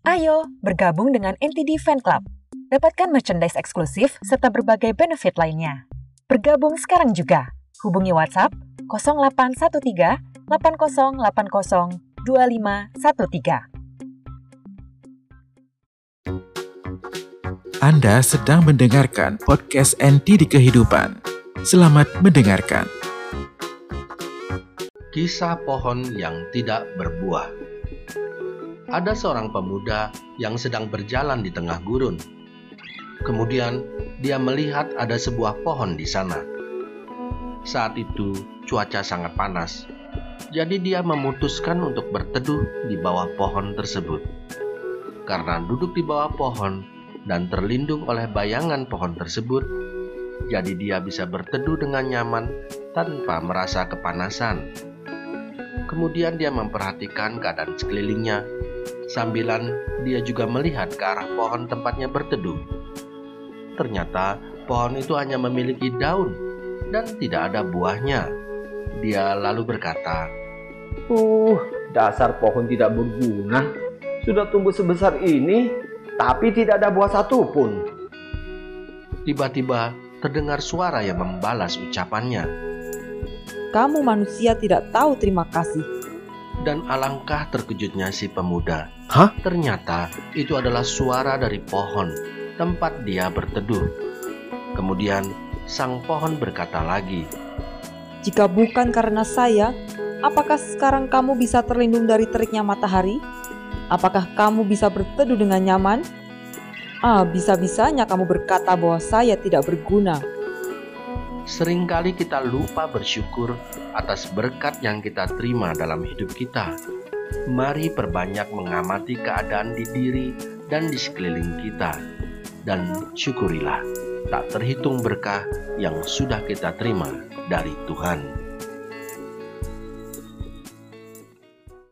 Ayo bergabung dengan NTD Fan Club. Dapatkan merchandise eksklusif serta berbagai benefit lainnya. Bergabung sekarang juga. Hubungi WhatsApp 0813 8080 2513. Anda sedang mendengarkan podcast NTD Kehidupan. Selamat mendengarkan. Kisah pohon yang tidak berbuah. Ada seorang pemuda yang sedang berjalan di tengah gurun. Kemudian dia melihat ada sebuah pohon di sana. Saat itu cuaca sangat panas. Jadi dia memutuskan untuk berteduh di bawah pohon tersebut. Karena duduk di bawah pohon dan terlindung oleh bayangan pohon tersebut, jadi dia bisa berteduh dengan nyaman tanpa merasa kepanasan. Kemudian dia memperhatikan keadaan sekelilingnya, sambilan dia juga melihat ke arah pohon tempatnya berteduh. Ternyata pohon itu hanya memiliki daun dan tidak ada buahnya. Dia lalu berkata, Dasar pohon tidak berguna. Sudah tumbuh sebesar ini, tapi tidak ada buah satupun. Tiba-tiba terdengar suara yang membalas ucapannya. Kamu manusia tidak tahu terima kasih. Dan alangkah terkejutnya si pemuda. Hah? Ternyata itu adalah suara dari pohon tempat dia berteduh. Kemudian sang pohon berkata lagi, Jika bukan karena saya, apakah sekarang kamu bisa terlindung dari teriknya matahari? Apakah kamu bisa berteduh dengan nyaman? Bisa-bisanya kamu berkata bahwa saya tidak berguna. Seringkali kita lupa bersyukur atas berkat yang kita terima dalam hidup kita. Mari perbanyak mengamati keadaan di diri dan di sekeliling kita. Dan syukurilah, tak terhitung berkah yang sudah kita terima dari Tuhan.